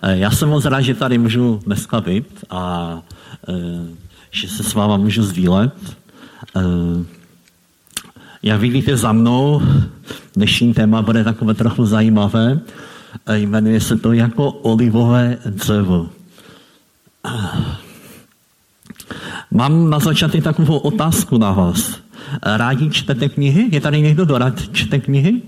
Já jsem moc rád, že tady můžu dneska být a že se s váma můžu sdílet. Jak vidíte za mnou, dnešní téma bude takové trochu zajímavé. Jmenuje se to jako olivové dřevo. Mám na začátek takovou otázku na vás. Rádi čtete knihy? Je tady někdo, kdo rád čte knihy?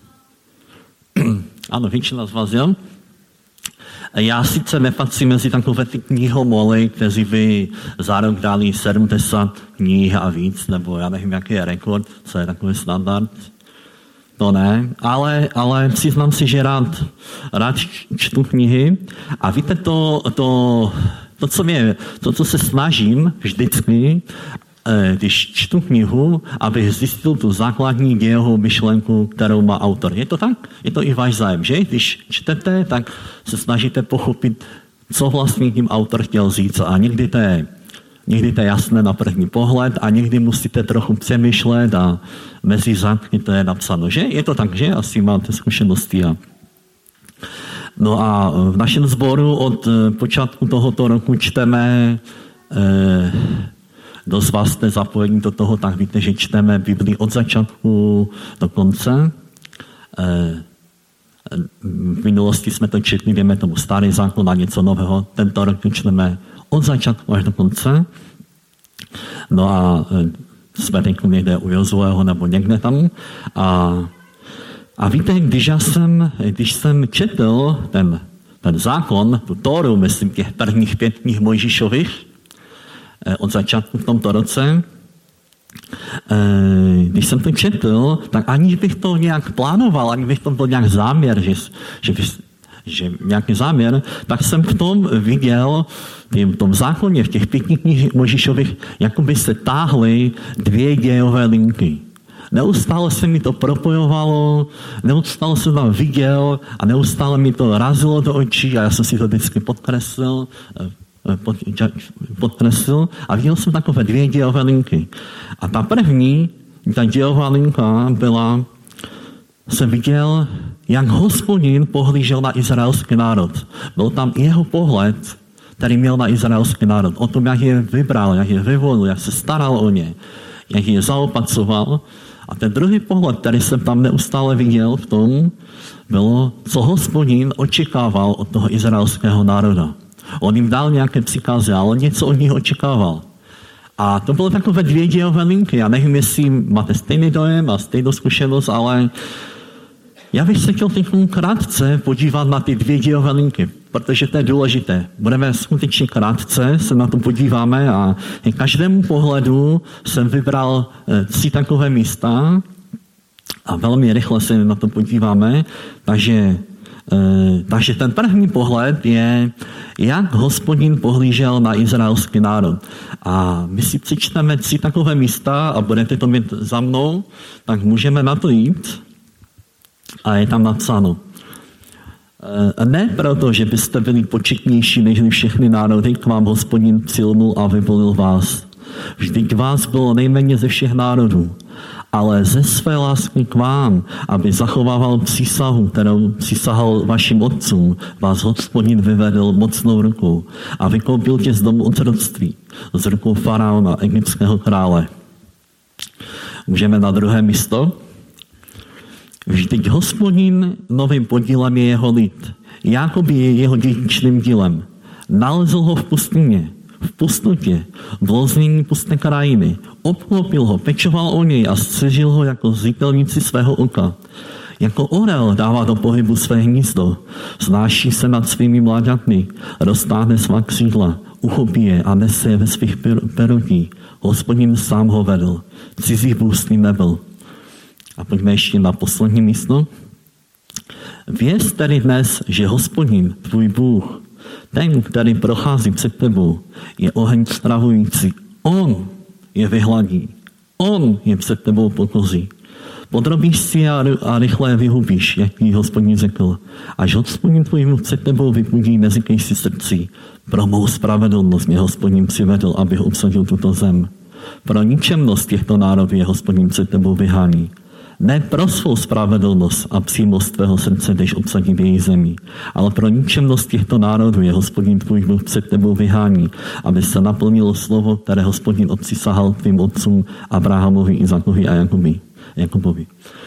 Ano, většina z vás, jo? Já sice nepatřím mezi takové ty knihomoly, kteří by za rok dali 70 knih a víc, nebo já nevím, jaký je rekord, co je takový standard. To ne, ale přiznám si, že rád čtu knihy. A víte, to, co se snažím vždycky, když čtu knihu, abych zjistil tu základní dějovou myšlenku, kterou má autor. Je to tak? Je to i váš zájem, že? Když čtete, tak se snažíte pochopit, co vlastně tím autor chtěl říct. A někdy to je jasné na první pohled a někdy musíte trochu přemýšlet a mezi řádky to je napsáno, že? Je to tak, že? Asi máte zkušenosti. No a v našem sboru od počátku tohoto roku čteme, kdo z vás jste zapojení do toho, tak víte, že čteme Biblii od začátku do konce. V minulosti jsme to četli, jdeme tomu starý zákon a něco nového. Tento rok čteme od začátku až do konce. No a jsme teď někde u Jozueho nebo někde tam. A víte, když jsem četl ten zákon, tu Tóru, myslím, těch prvních 5 knih Mojžíšových, od začátku v tomto roce, když jsem to četl, tak ani bych to nějak plánoval, ani bych to byl nějak záměr, že nějaký záměr, tak jsem v tom viděl, v tom zákoně, v těch 5 knih Mojžíšových, jako by se táhly 2 dějové linky. Neustále se mi to propojovalo, neustále jsem tam viděl a neustále mi to razilo do očí a já jsem si to vždycky podkreslil a viděl jsem takové 2 dějové linky. A ta první, ta dějová linka byla, jsem viděl, jak Hospodin pohlížel na izraelský národ. Byl tam jeho pohled, který měl na izraelský národ. O tom, jak je vybral, jak je vyvolil, jak se staral o ně, jak je zaopatřoval. A ten druhý pohled, který jsem tam neustále viděl v tom, bylo, co Hospodin očekával od toho izraelského národa. On jim dal nějaké příkazy, ale něco od nich očekával. A to bylo takové 2 dějové linky. Já nevím, jestli máte stejný dojem a stejnou zkušenost, ale já bych se chtěl teď krátce podívat na ty 2 dějové linky, protože to je důležité. Budeme skutečně krátce, se na to podíváme a každému pohledu jsem vybral 3 takové místa a velmi rychle se na to podíváme. Takže ten první pohled je, jak Hospodin pohlížel na izraelský národ. A my si přečteme 3 takové místa a budete to mít za mnou, tak můžeme na to jít. A je tam napsáno. Ne proto, že byste byli početnější než všechny národy, k vám Hospodin přilnul a vyvolil vás. Vždyť vás bylo nejméně ze všech národů, ale ze své lásky k vám, aby zachovával přísahu, kterou přísahal vašim otcům, vás Hospodin vyvedl mocnou rukou a vykoupil tě z domu otroctví, z rukou faraona, egyptského krále. Můžeme na druhé místo. Vždyť Hospodin novým podílem je jeho lid, Jákob je jeho dědičným dílem. Nalezl ho v pustině, v pustotě, v loznění pustné krajiny. Obklopil ho, pečoval o něj a střežil ho jako zřetelnici svého oka. Jako orel dává do pohybu své hnízdo, snáší se nad svými mláďaty, roztáhne svá křídla, uchopí je a nese je ve svých perutí. Hospodin sám ho vedl, cizí bůh s ním nebyl. A pojďme ještě na poslední místo. Věz tedy dnes, že Hospodin, tvůj Bůh, ten, který prochází před tebou, je oheň stravující. On je vyhladí. On je před tebou pokoří. Podrobíš si a rychle vyhubíš, jak ti Hospodin řekl. Až Hospodin tvůj Bůh před tebou vypudí, neříkej si srdcí. Pro mou spravedlnost mě Hospodin přivedl, abych obsadil tuto zem. Pro ničemnost těchto národů je Hospodin před tebou vyhání. Ne pro svou spravedlnost a přímost tvého srdce jdeš obsadit její zemi, ale pro ničemnost těchto národů je Hospodin tvůj Bůh před tebou vyhání, aby se naplnilo slovo, které Hospodin odpřísahal tvým otcům Abrahamovi, Izakovi a Jakubovi.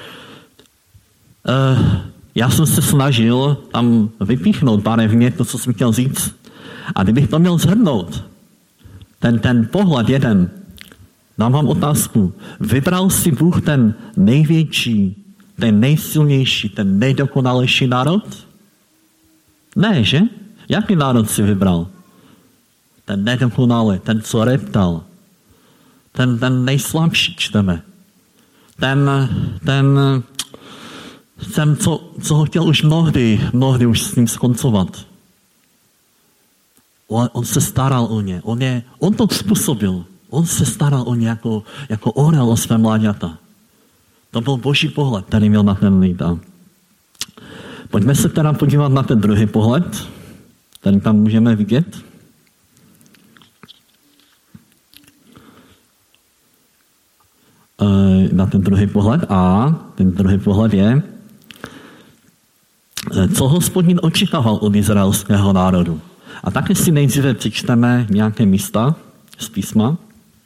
Já jsem se snažil tam vypíchnout barevně to, co jsem chtěl říct. A kdybych to měl shrnout, ten pohled jeden, dám vám otázku. Vybral si Bůh ten největší, ten nejsilnější, ten nejdokonalejší národ? Ne, že? Jaký národ si vybral? Ten nedokonalý, ten, co reptal. Ten nejslabší, čteme. Ten co ho chtěl už mnohdy už s ním skoncovat. On se staral o ně. On to způsobil. On se staral o ně jako orel o své mláďata. To byl Boží pohled, který měl na ten lid. Pojďme se teda podívat na ten druhý pohled, který tam můžeme vidět. Na ten druhý pohled. A ten druhý pohled je, co Hospodin očekával od izraelského národu. A také si nejdříve přečteme nějaké místa z písma.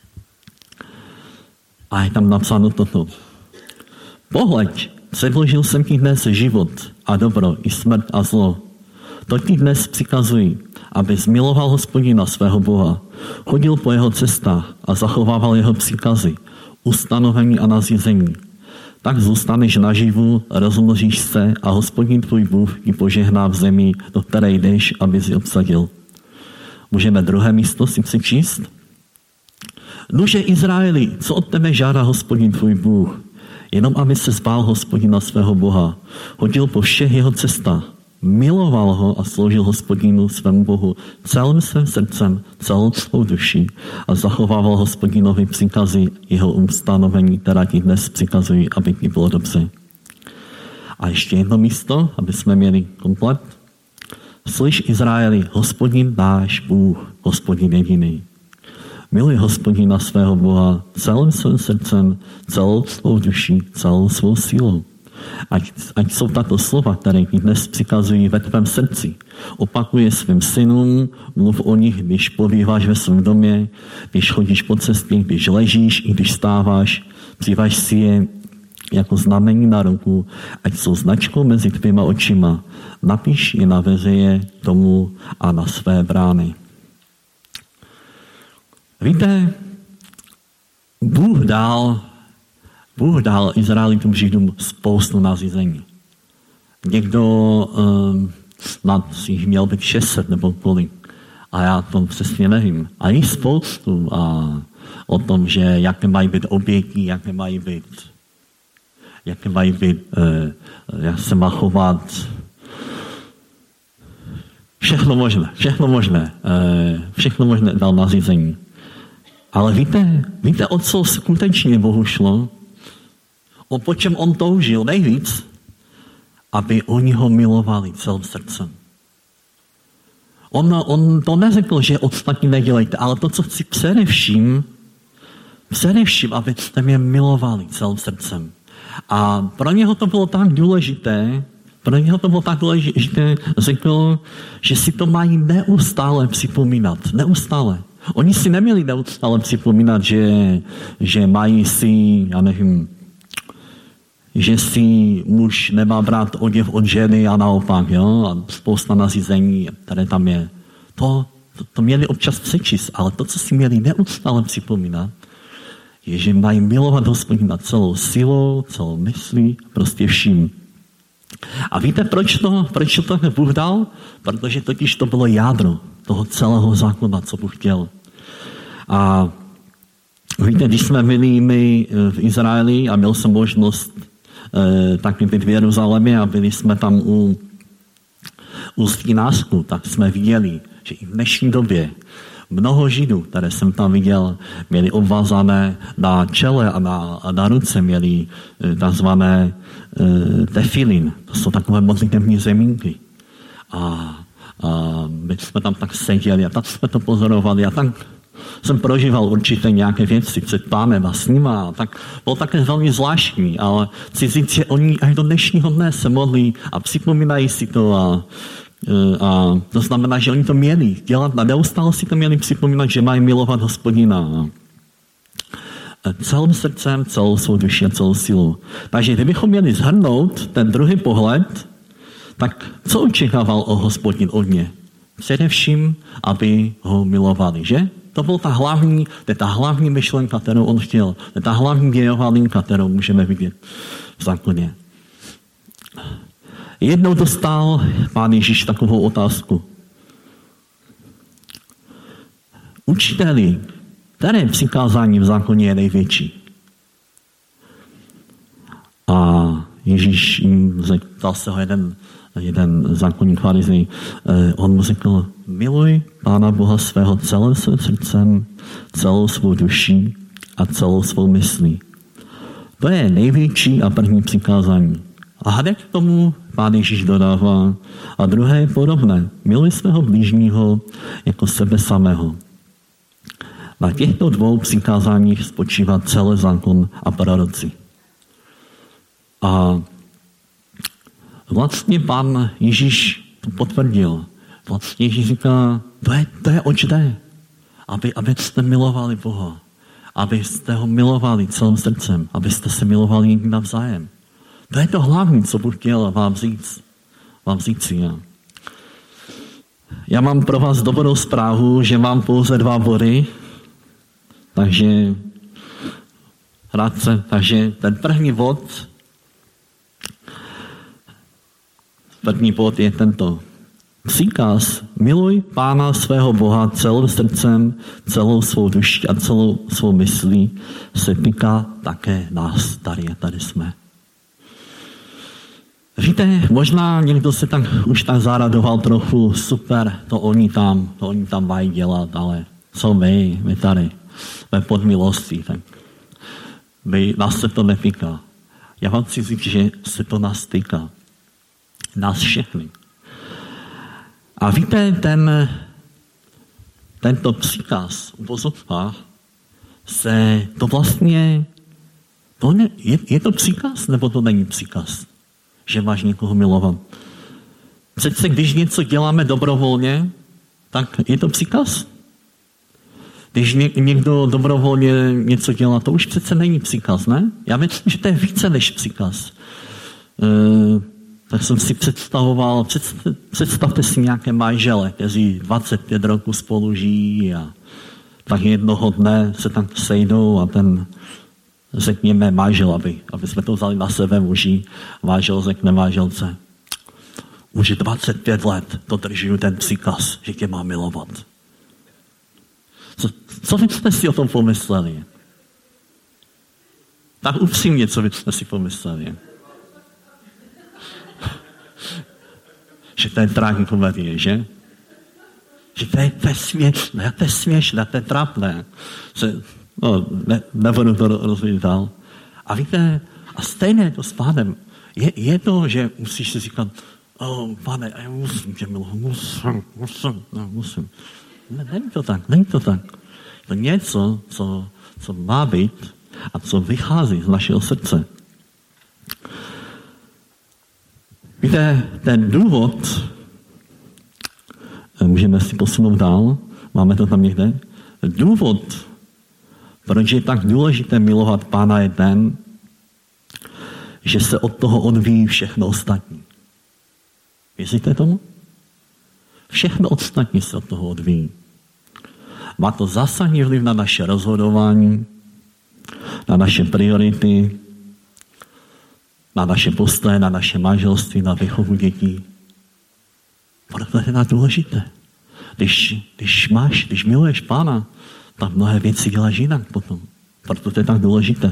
A je tam napsáno toto. Pohleď, předložil jsem ti dnes život a dobro, i smrt a zlo. To ti dnes přikazuji, aby zmiloval Hospodina svého Boha, chodil po jeho cestách a zachovával jeho příkazy, ustanovení a nařízení. Tak zůstaneš naživu, rozmnožíš se a Hospodin tvůj Bůh ti požehná v zemi, do které jdeš, aby si obsadil. Můžeme druhé místo si přečíst? Nuže Izraeli, co od tebe žádá Hospodin tvůj Bůh? Jenom aby se zbál Hospodina svého Boha. Chodil po všech jeho cestách, miloval ho a sloužil Hospodinu svému Bohu celým svým srdcem, celou svou duší a zachovával Hospodinovi příkazy jeho ustanovení, která ti dnes přikazují, aby ti bylo dobře. A ještě jedno místo, aby jsme měli komplet. Slyš Izraeli, Hospodin náš Bůh, Hospodin jediný. Miluj Hospodina svého Boha celým svým srdcem, celou svou duší, celou svou sílou. Ať jsou tato slova, které ti dnes přikazují ve tvém srdci. Opakuje svým synům, mluv o nich, když pobýváš ve svém domě, když chodíš po cestě, když ležíš i když stáváš. Přiváž si je jako znamení na ruku, ať jsou značkou mezi tvýma očima. Napiš je na veřeje domu a na své brány. Víte, Bůh dal Izraelitům Židům spoustu nařízení. Někdo snad jich měl být 600 nebo kolik. A já to přesně nevím. A jich spoustu o tom, že jaké mají být oběti, jaké mají být, jak se má chovat. Všechno možné dal nařízení. Ale víte, o co skutečně Bohu šlo? Po čem on toužil nejvíc? Aby oni ho milovali celým srdcem. On to neřekl, že ostatní nedělejte, ale to, co chci především, aby jste mě milovali celým srdcem. A pro něho to bylo tak důležité, řekl, že si to mají neustále připomínat. Neustále. Oni si neměli neustále připomínat, že mají si, já nevím, že si muž nemá brát oděv od ženy a naopak, jo? A spousta nařízení, které tam je. To měli občas přečíst, ale to, co si měli neustále připomínat, je, že mají milovat Hospodina celou silou, celou myslí, prostě vším. A víte, proč to Bůh dal? Protože totiž to bylo jádro toho celého zákona, co Bůh chtěl. A víte, když jsme byli my v Izraeli a měl jsem možnost taky být v Jeruzalémě a byli jsme tam u Zdinářku, tak jsme viděli, že i v dnešní době mnoho Židů, které jsem tam viděl, měli obvázané na čele a na ruce, měli takzvané tefilin. To jsou takové modlitevní zemínky. A my jsme tam tak seděli a tak jsme to pozorovali a jsem prožíval určitě nějaké věci před Pánem a s nima, tak bylo také velmi zvláštní, ale chci říct, že oni až do dnešního dne se modlí a připomínají si to a to znamená, že oni to měli dělat a neustále si to měli připomínat, že mají milovat Hospodina celým srdcem, celou svou duši a celou silou. Takže kdybychom měli shrnout ten druhý pohled, tak co očekával Hospodin od ně? Především, aby ho milovali, že? To byla ta hlavní myšlenka, kterou on chtěl. To je ta hlavní dějová linka, kterou můžeme vidět v zákoně. Jednou dostal Pán Ježíš takovou otázku. Učiteli, které přikázání v zákoně je největší? A Ježíš jim zeptal se ho jeden zákonník farizej. On mu řekl, miluj Pána Boha svého celým svým srdcem, celou svou duší a celou svou myslí. To je největší a první přikázání. A hned k tomu Pán Ježíš dodává. A druhé je podobné. Miluj svého blížního jako sebe samého. Na těchto dvou přikázáních spočívá celý zákon a proroci. A vlastně Pán Ježíš to potvrdil. Vlastně Ježíš říká, to je oč jde. Abyste milovali Boha. Abyste ho milovali celým srdcem. Abyste se milovali někdy navzájem. To je to hlavní, co Bůh chtěl vám říct. Já mám pro vás dobrou zprávu, že mám pouze 2 body. Takže ten první bod je tento. Příkaz, miluj Pána svého Boha celým srdcem, celou svou duší a celou svou myslí, se týká také nás. Tady jsme. Víte, možná někdo se už tak zaradoval trochu, super, to oni tam mají dělat, ale co my tady, jsme pod milostí, tak nás se to netýká. Já vám chci říct, že se to nás týká. Nás všechny. A víte, tento příkaz u Boha to vlastně, je to příkaz, nebo to není příkaz? Že máš někoho milovat. Přece když něco děláme dobrovolně, tak je to příkaz. Když někdo dobrovolně něco dělá, to už přece není příkaz, ne? Já myslím, že to je více než příkaz. Tak jsem si představoval, představte si nějaké manžele, kteří 25 roků spolu žijí a tak jednoho dne se tam sejdou a řekněme manžel, aby jsme to vzali na sebe muži, manžel řekne manželce. Už 25 let dodržuju ten příkaz, že tě mám milovat. Co byste si o tom pomysleli? Tak upřímně, co byste si pomysleli? Že to je tragikomedie, že? Že to je směšné, to je trapné. Nebudu to rozvíjet dál. A víte, a stejné to s Pánem. Je to, že musíš si říkat, Pane, já musím tě milovat, musím. Není to tak. To je něco, co má být a co vychází z našeho srdce. Víte, ten důvod, můžeme si posunout dál, máme to tam někde, důvod, proč je tak důležité milovat Pána, je ten, že se od toho odvíjí všechno ostatní. Věříte tomu? Všechno ostatní se od toho odvíjí. Má to zásadní vliv na naše rozhodování, na naše priority, na naše postoje, na naše manželství, na výchovu dětí. Proto je to důležité. Když miluješ Pána, tak mnohé věci děláš jinak potom. Proto to je tak důležité.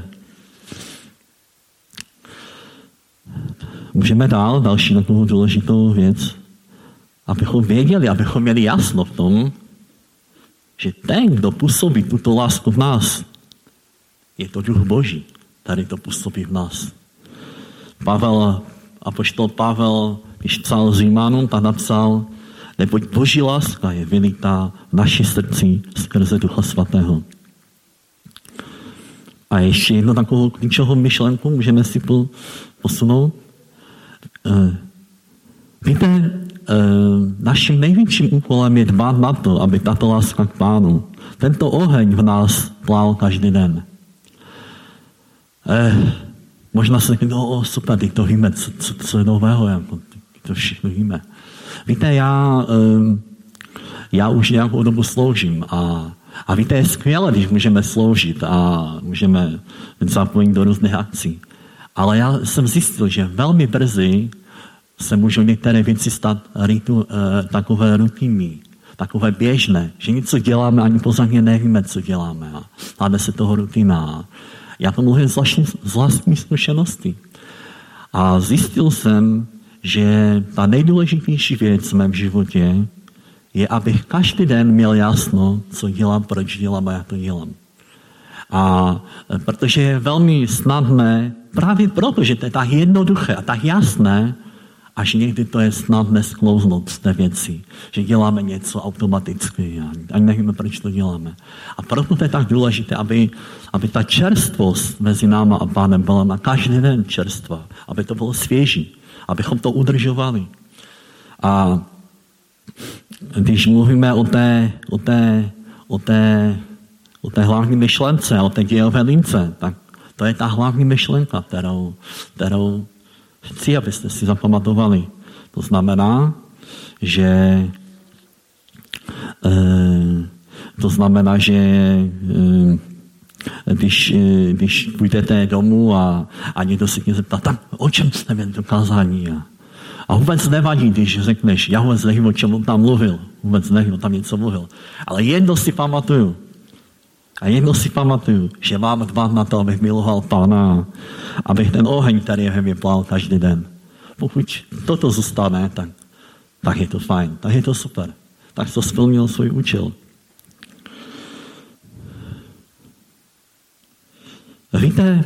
Můžeme dál, další takovou důležitou věc, abychom věděli, abychom měli jasno v tom, že ten, kdo působí tuto lásku v nás, je to Duch Boží, tady to působí v nás. Apoštol Pavel, když psal Římanům, tak napsal, Neboť Boží láska je vylitá v naši srdci skrze Ducha Svatého. A ještě jednu takovou klíčovou myšlenku můžeme si posunout. Víte, naším největším úkolem je dbát na to, aby tato láska k Pánu, tento oheň v nás plál každý den. Možná se řekne, super, teď to víme, co je nového, jako, to všechno víme. Víte, já už nějakou dobu sloužím a víte, je skvělé, když můžeme sloužit a můžeme být zapojeni do různých akcí. Ale já jsem zjistil, že velmi brzy se můžou některé věci stát takové rutinní, takové běžné, že něco děláme, ani pořádně nevíme, co děláme. A stále se toho rutina. Já to mluvím z vlastní zkušenosti. A zjistil jsem, že ta nejdůležitější věc v mém životě je, abych každý den měl jasno, co dělám, proč dělám a jak to dělám. A protože je velmi snadné, právě proto, že to je tak jednoduché a tak jasné, až někdy to je snadné sklouznout z té věci, že děláme něco automaticky a nevíme, proč to děláme. A proto to je tak důležité, aby ta čerstvost mezi náma a Pánem byla na každý den čerstva, aby to bylo svěží, abychom to udržovali. A když mluvíme o té hlavní myšlence, o té dějové lince, tak to je ta hlavní myšlenka, kterou chci, abyste si zapamatovali. To znamená, že když půjdete domů a někdo se tě zeptá, tak o čem jste měli to kázání? A vůbec nevadí, když řekneš, já vůbec nevím, o čem on tam mluvil. Vůbec nevím, on tam něco mluvil. Ale jedno si pamatuju, že mám dbát na to, abych miloval Pána, abych ten oheň, který je ve mně plál každý den. Pokud toto zůstane, tak je to fajn, tak je to super. Tak to splnil svůj účel. Víte,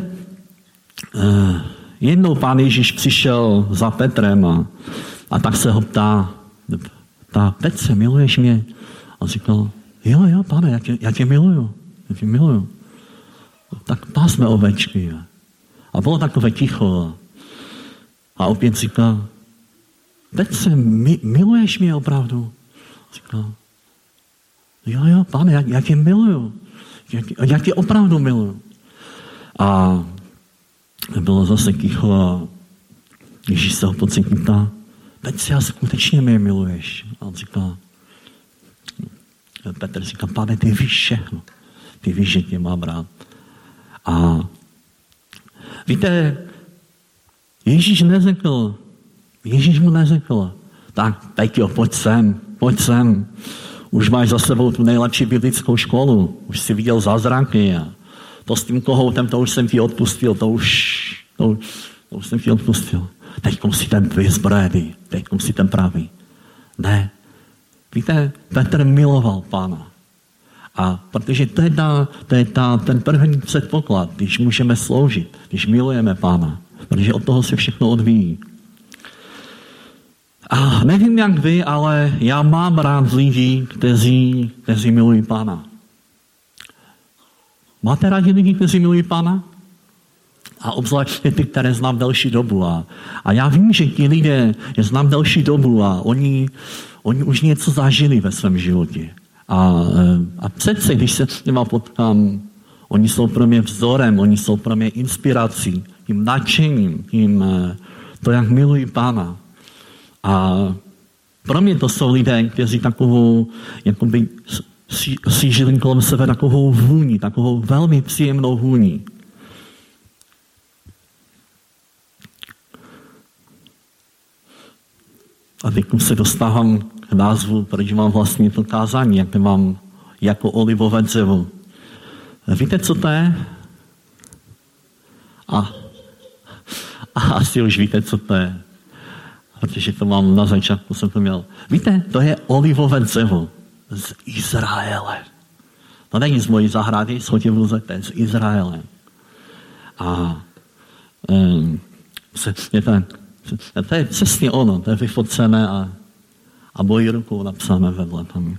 jednou Pán Ježíš přišel za Petrem a tak se ho ptá, Petře, miluješ mě? A říkal, jo, Pane, já tě miluju. Tak pásme ovečky. A bylo takové ticho. A opět říkal, Petře, miluješ mě opravdu? Říkal, jo, Pane, já tě miluju. Já tě opravdu miluju. A bylo zase ticho a Ježíš se ho pocití ptá, Petře, já skutečně mě miluješ? A on říkal, Petr říká, Pane, ty víš všechno. Ty víš, že tě mám rád. A víte, Ježíš mu neřekl, tak Peťo, pojď sem. Už máš za sebou tu nejlepší biblickou školu. Už jsi viděl zázraky a to s tím kohoutem, to už jsem ti odpustil, to už jsem ti odpustil. Teď si ten vyzbrojený, teď si ten pravý. Ne. Víte, Petr miloval Pána. A protože to je ten první předpoklad, když můžeme sloužit, když milujeme Pána. Protože od toho se všechno odvíjí. A nevím jak vy, ale já mám rád lidí, kteří milují Pána. Máte rádi lidi, kteří milují Pána? A obzvláště ty, které znám delší dobu. A já vím, že ti lidé je znám delší dobu a oni už něco zažili ve svém životě. A přece, když se s nima potkám, oni jsou pro mě vzorem, oni jsou pro mě inspirací, tím nadšením, tím to, jak milují Pána. A pro mě to jsou lidé, kteří takovou, jakoby žili kolem sebe takovou vůni, takovou velmi příjemnou vůni. A teď se dostávám k názvu, proč mám vlastně to kázání, jak mám jako olivové dřevo. Víte, co to je? A asi už víte, co to je. Protože to mám na začátku, jsem to měl. Víte, to je olivové dřevo z Izraele. To není z mojí zahrady, z Chotěvruze, to je z Izraele. A to je přesně ono, to je vyfocené A mojí rukou napsáme vedle tam.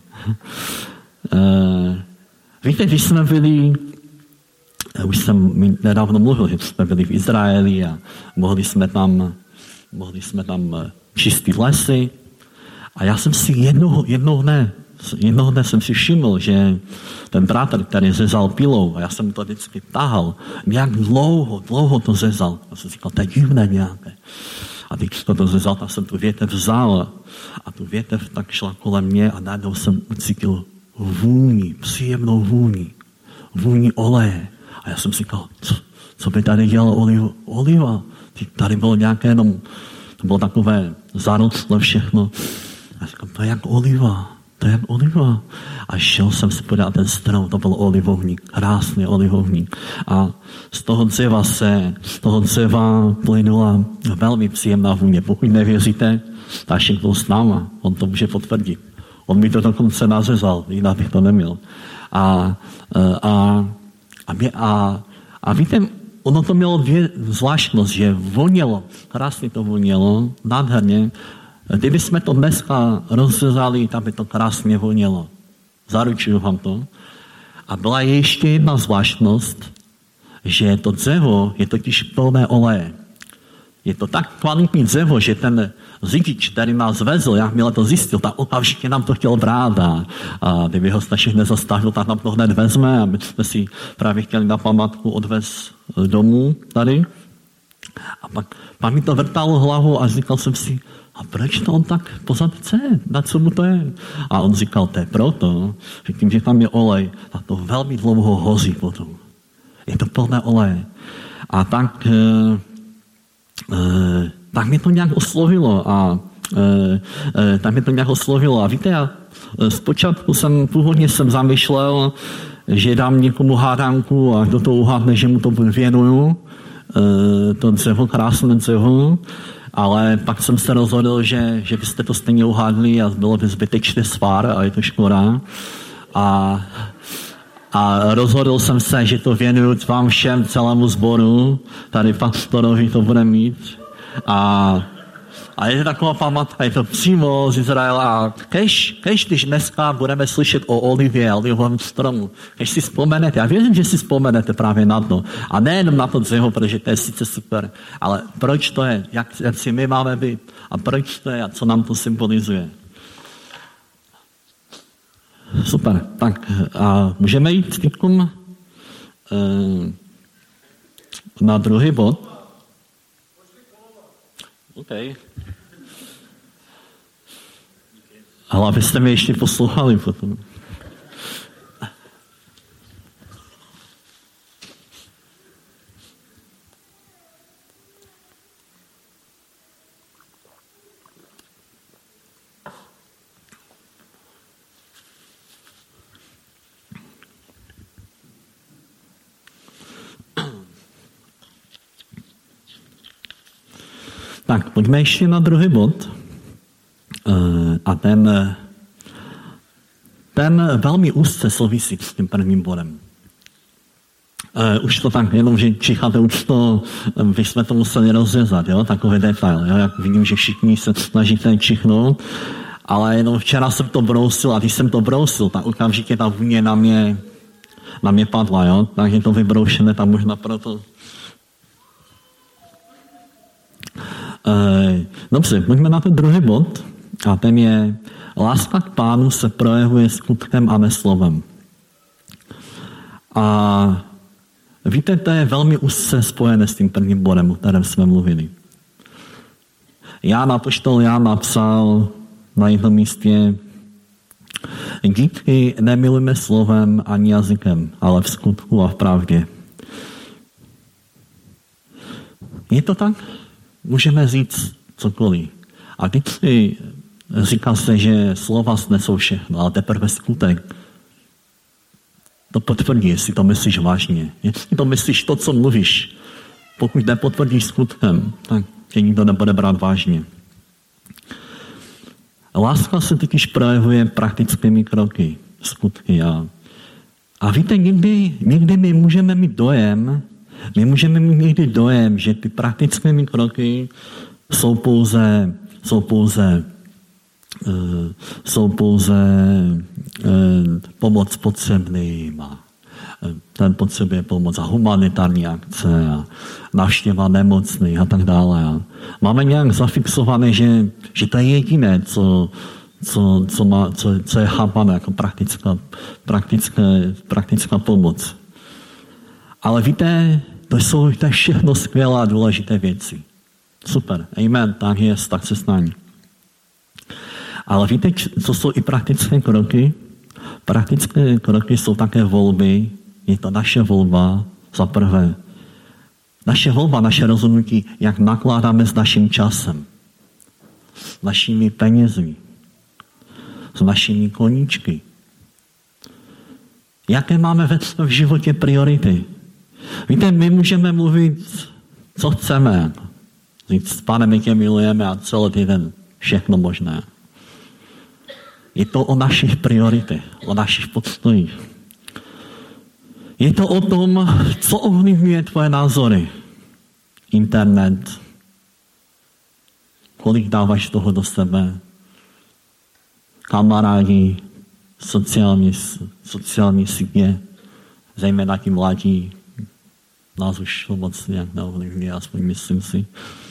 Víte, když jsme byli, už jsem nedávno mluvil, že jsme byli v Izraeli a mohli jsme tam čistit lesy. A já jsem si jednoho dne jsem si všiml, že ten bratr, který zezal pilou, a já jsem to vždycky tahal, nějak dlouho to zezal. Já jsem říkal, to je divné nějaké. A když to zezal, tak jsem tu větev vzal a tu větev tak šla kolem mě a najednou jsem ucítil vůni, příjemnou vůni oleje. A já jsem si říkal, co by tady dělal oliva? Tady bylo nějaké jenom, to bylo takové zarostlé všechno. A říkám, to je jak oliva. A šel jsem si podívat ten strom, to byl olivovník, krásný olivovník. A z toho dřeva plynula velmi příjemná vůně. Pokud nevěříte, tak byl s náma, on to může potvrdit. On mi to dokonce nařezal, jinak bych to neměl. A víte, ono to mělo dvě zvláštnost, že vonělo, krásně to vonělo, nádherně. Kdyby jsme to dneska rozřezali, tak by to krásně vonělo. Zaručuju vám to. A byla ještě jedna zvláštnost, že to dřevo je totiž plné oleje. Je to tak kvalitní dřevo, že ten řidič, který nás vezl, jakmile to zjistil, tak okamžitě nám to chtěl brát. A kdyby ho stačně nezastavil, tak nám to hned vezme. A my jsme si právě chtěli na památku odvést domů tady. A pak mi to vrtalo hlavu a říkal jsem si, a proč to on tak pořád chce? Na co mu to je? A on říkal, to je proto, že tím, že tam je olej, tak to velmi dlouho hoří potom. Je to plné oleje. A tak mě to nějak oslovilo. A víte, já zpočátku původně jsem zamýšlel, že dám někomu hádanku a kdo to uhádne, že mu to věnuju. To dřevo, krásné dřevo. Ale pak jsem se rozhodl, že byste to stejně uhádli a bylo by zbytečně svár a je to škoda. A rozhodl jsem se, že to věnuju vám všem, celému sboru. Tady pastorovi to bude mít. A je to taková památka, je to přímo z Izraela. Kež, když dneska budeme slyšet o olivě a olivovém stromu, kež si vzpomenete, já věřím, že si vzpomenete právě na to. A nejenom na to dřevo, protože to je sice super, ale proč to je, jak si my máme být a proč to je a co nám to symbolizuje. Super, tak a můžeme jít teďkom na druhý bod. Okay. Ale abyste mě ještě poslouchali potom. Tak, pojďme ještě na druhý bod. A ten velmi úzce souvisí s tím prvním bodem. Už to tak, jenom, že čicháte, už to, vy jsme to museli rozřezat, jo, takový detail, jo, jak vidím, že všichni se snažíte čichnout, ale jenom včera jsem to brousil a když jsem to brousil, tak okamžitě ta vůně na mě padla, jo, takže to vybroušené tam možná proto. Dobře, pojďme na ten druhý bod a ten je láska k Pánu se projevuje skutkem a ne slovem. A víte, to je velmi úzce spojené s tím prvním bodem, o kterém jsme mluvili. Apoštol Jan napsal na jednom místě: Dítky nemilujme slovem ani jazykem, ale v skutku a v pravdě. Je to tak? Můžeme říct cokoliv. A vždycky říká se, že slova nesou všechno, ale teprve skutek to potvrdí, jestli to myslíš vážně. Jestli to myslíš to, co mluvíš. Pokud nepotvrdíš skutkem, tak tě nikdo nebude brát vážně. Láska se totiž projevuje praktickými kroky, skutky. A víte, někdy my můžeme mít dojem, že ty praktickými kroky jsou pouze jsou pouze pomoc potřebným a ten potřebuje pomoc a humanitární akce a návštěva nemocných a tak dále. A máme nějak zafixované, že to je jediné, co je chápané jako praktická pomoc. Ale víte, to je všechno skvělé a důležité věci. Super, amen, tak se stane. Ale víte, co jsou i praktické kroky? Praktické kroky jsou také volby. Je to naše volba za prvé. Naše volba, naše rozhodnutí, jak nakládáme s naším časem, s našimi penězi, s našimi koníčky. Jaké máme v životě priority? Víte, my můžeme mluvit, co chceme. Říct, s Pánem my tě milujeme a celý týden všechno možné. Je to o našich prioritách, o našich postojích. Je to o tom, co ovlivňuje tvoje názory. Internet. Kolik dáváš toho do sebe? Kamarádi, sociální sítě, zejména ti mladí. Nás už moc nějak neovlivňuje, aspoň myslím si.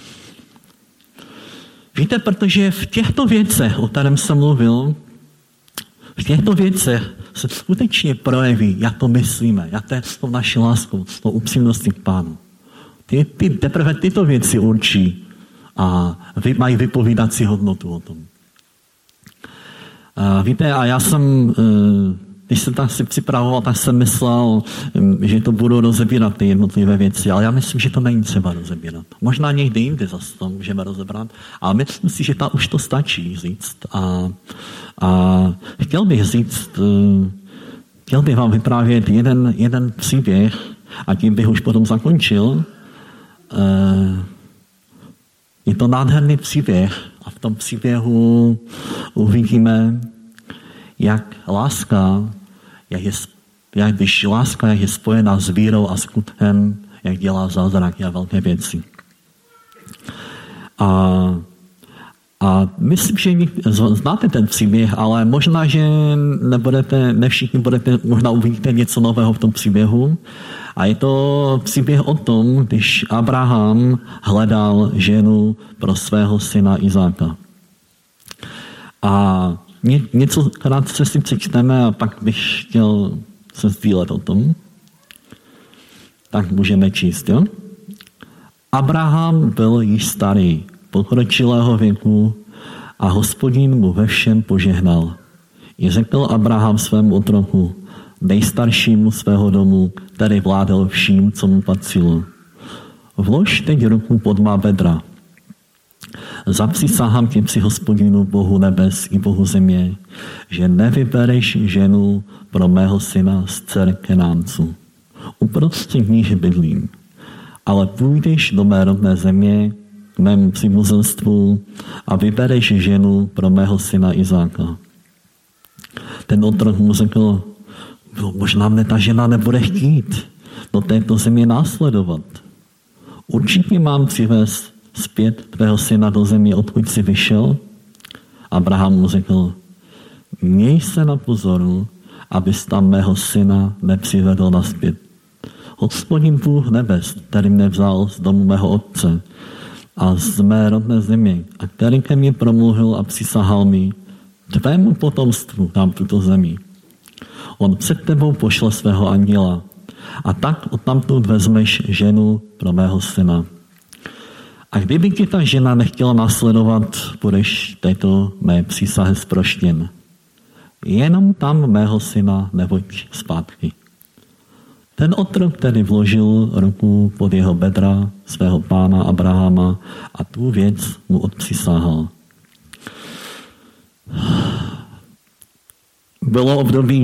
Víte, protože v těchto věcech, o kterém jsem mluvil, v těchto věcech se skutečně projeví, jak to myslíme, jak to je s tou naší láskou, s tou upřímností k Pánu. Teprve tyto věci určí a mají vypovídací hodnotu o tom. Víte, a já jsem, když jsem tak si připravoval, tak jsem myslel, že to budu rozebírat ty jednotlivé věci, ale já myslím, že to není třeba rozebírat. Možná někdy jindy zase to můžeme rozebrat, ale myslím si, že už to stačí říct. A chtěl bych vám vyprávět jeden příběh a tím bych už potom zakončil. Je to nádherný příběh a v tom příběhu uvidíme, jak láska, když láska je spojená s vírou a skutkem, jak dělá zázraky a velké věci. A myslím, že znáte ten příběh, ale možná, že ne všichni možná uvidíte něco nového v tom příběhu. A je to příběh o tom, když Abraham hledal ženu pro svého syna Izáka. A něco krátce si přečteme a pak bych chtěl se sdílet o tom. Tak můžeme číst, jo? Abraham byl již starý, pokročilého věku a Hospodin mu ve všem požehnal. I řekl Abraham svému otroku, nejstaršímu svého domu, který vládl vším, co mu patřilo. Vlož teď ruku pod má bedra. Zapřísahám tě při Hospodinu, Bohu nebes i Bohu země, že nevybereš ženu pro mého syna z dcer Kenánců. Uprostřed níž bydlím, ale půjdeš do mé rodné země, k mému příbuzenstvu a vybereš ženu pro mého syna Izáka. Ten otrok mu řekl, možná mne ta žena nebude chtít do této země následovat. Určitě mám přivést zpět tvého syna do země, odkud jsi vyšel. Abraham mu řekl, měj se na pozoru, abys tam mého syna nepřivedl nazpět. Hospodin Bůh nebes, který mne vzal z domu mého otce a z mé rodné země, a který ke mně promluvil a přísahal mi, tvému potomstvu dám tuto zemi. On před tebou pošle svého anděla a tak odtamtud vezmeš ženu pro mého syna. A kdyby ti ta žena nechtěla následovat, budeš této mé přísahy zproštěn. Jenom tam mého syna nevoď zpátky. Ten otrok tedy vložil ruku pod jeho bedra svého pána Abrahama a tu věc mu odpřísahal. Bylo období,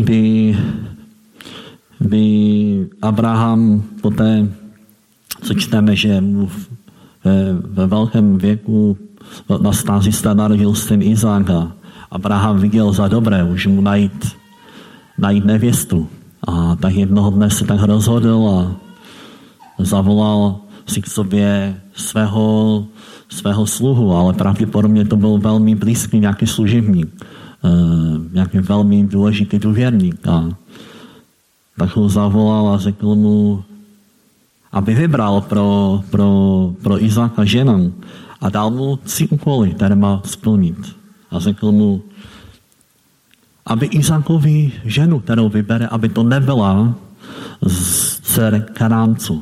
kdy Abraham poté, co čteme, že mu ve velkém věku na stáří se narodil syn Izáka. Abraham viděl za dobré už mu najít nevěstu. A tak jednoho dne se tak rozhodl a zavolal si k sobě svého sluhu, ale pravděpodobně to byl velmi blízký nějaký služebník, nějaký velmi důležitý důvěrník. A tak ho zavolal a řekl mu, aby vybral pro Izáka ženu a dal mu 3 úkoly, které má splnit. A řekl mu, aby Izákovi ženu, kterou vybere, aby to nebyla z dcer Kanánců.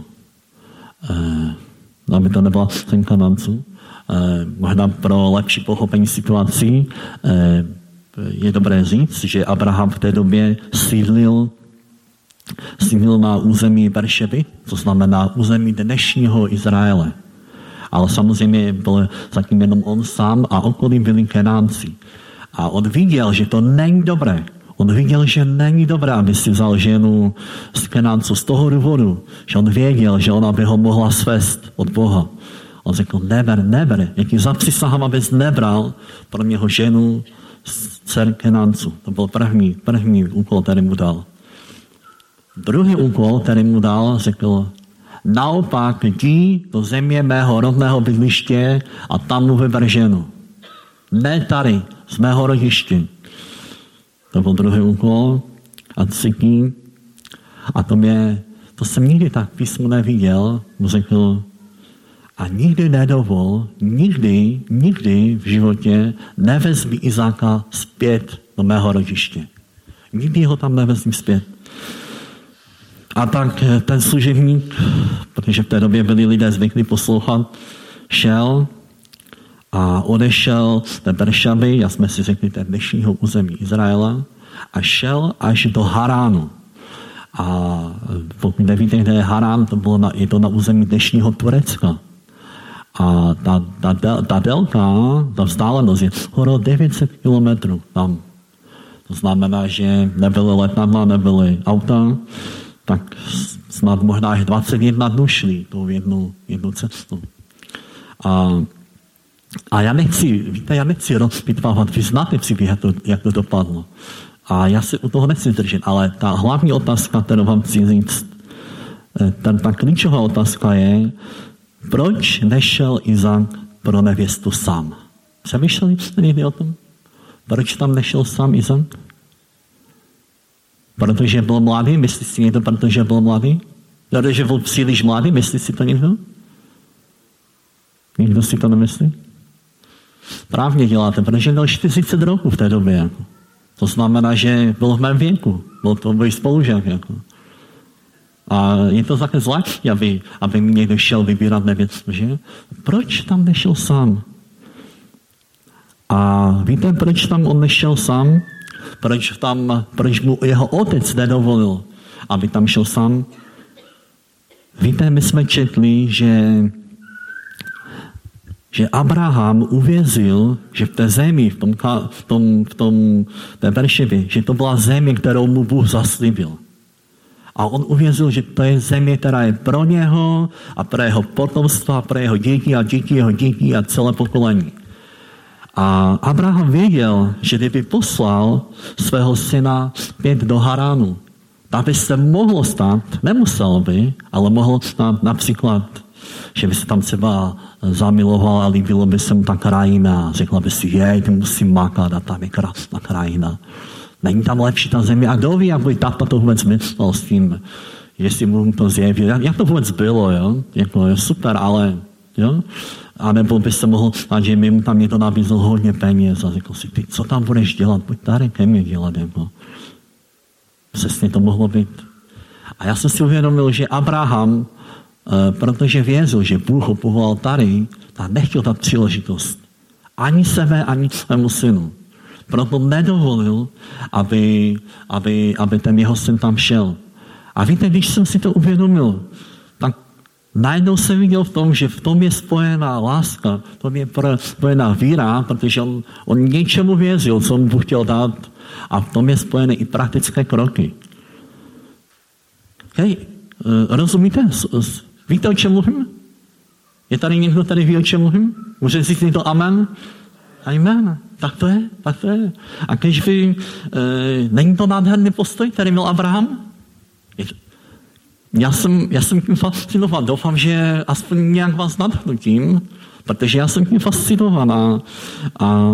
Aby to nebyla z dcer Kanánců. Možná pro lepší pochopení situací je dobré říct, že Abraham v té době sídlil na území Beršeby, to znamená území dnešního Izraele. Ale samozřejmě byl zatím jenom on sám a okolí byli Kenánci. A on viděl, že to není dobré. On viděl, že není dobré, aby si vzal ženu z Kenánců z toho důvodu, že on věděl, že ona by ho mohla svést od Boha. On řekl, neber, jak ti zapřísahám, abys nebral pro něho ženu z dcer Kenánců. To byl první úkol, který mu dal. Druhý úkol, který mu dal, řekl, naopak jdi do země mého rodného bydliště a tam mu vyber ženu. Ne tady, z mého rodiště. To byl druhý úkol. A třetí, a to jsem nikdy tak písmu neviděl, mu řekl, a nikdy nedovol, nikdy v životě nevezmi Izáka zpět do mého rodiště. Nikdy ho tam nevezmi zpět. A tak ten služebník, protože v té době byli lidé zvyklí poslouchat, šel a odešel z Beršaby, jak jsme si řekli, té dnešního území Izraela, a šel až do Haránu. A pokud nevíte, kde je Harán, je to na území dnešního Turecka. A ta délka, ta vzdálenost je skoro 900 kilometrů tam. To znamená, že nebyly letadla, nebyly auta, tak snad možná až 21 dnů šli tou jednu cestu. A já nechci rozpitvávat, vy znáte příběh, jak to dopadlo. A já si u toho nechci držet, ale ta hlavní otázka, kterou vám chci říct, ta klíčová otázka je, proč nešel Izák pro nevěstu sám? Přemýšleli jste někdy o tom? Proč tam nešel sám Izák? Protože byl mladý? Myslíš si někdo, protože byl mladý? Protože byl příliš mladý? Myslíš si to někdo? Nikdo si to nemyslí? Správně děláte, protože měl 40 roků v té době. Jako. To znamená, že byl v mém věku. Byl to můj spolužák. Jako. A je to také zvláštní, aby mi někdo šel vybírat nevěstu, že? Proč tam nešel sám? A víte, proč tam on nešel sám? Proč mu jeho otec nedovolil, aby tam šel sám? Víte, my jsme četli, že Abraham uvěřil, že v té zemi, v té Berševě, že to byla země, kterou mu Bůh zaslíbil. A on uvěřil, že to je země, která je pro něho a pro jeho potomstvo a pro jeho děti a děti jeho dětí a celé pokolení. A Abraham věděl, že kdyby poslal svého syna zpět do Haránu, tak by se mohlo stát, nemusel by, ale mohlo stát například, že by se tam třeba zamiloval a líbilo by se mu ta krajina. Řekla by si, ty musím makat a tam je krásná krajina. Není tam lepší ta země. A kdo ví, jak by táta to vůbec myslel s tím, jestli mu to zjevil. Jak to vůbec bylo, jo? Jako, je super, ale, jo? A nebo by se mohlo stát, že mi mu tam někdo nabízel hodně peněz a řekl si, ty, co tam budeš dělat? Pojď tady ke mně dělat, jako. Přesně to mohlo být. A já jsem si uvědomil, že Abraham, protože věřil, že Bůh ho povolal tady, tak nechtěl dát příležitost. Ani sebe, ani svému synu. Proto nedovolil, aby ten jeho syn tam šel. A víte, když jsem si to uvědomil, tak najednou jsem viděl v tom, že v tom je spojená láska, v tom je spojená víra, protože on něčemu věřil, co mu Bůh chtěl dát, a v tom je spojené i praktické kroky. Rozumíte? Víte, o čem mluvím? Je tady někdo, který ví, o čem mluvím? Může říct někdo amen? Amen. Tak to je. A když není to nádherný postoj, který měl Abraham? Já jsem tím fascinoval. Doufám, že aspoň nějak vás nadchnutím, Protože já jsem tím fascinovan a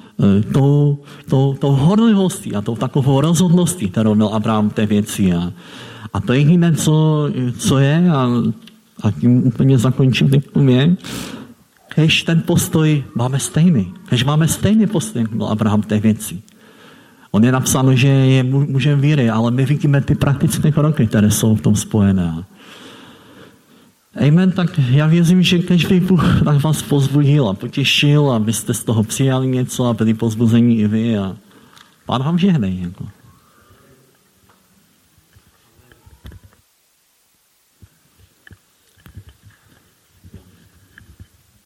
tou horlivostí a tou takovou rozhodností, kterou měl Abraham té věci. A to jediné, co je, a tím úplně zakončím teď je, kež ten postoj máme stejný. Kež máme stejný postoj, byl Abraham té věci. On je napsáno, že je mužem víry, ale my vidíme ty praktické kroky, které jsou v tom spojené. Amen, tak já věřím, že každý Bůh tak vás pozbudil a potěšil, abyste z toho přijali něco a byli pozbuzení i vy. A Pán vám žehnej. Jako.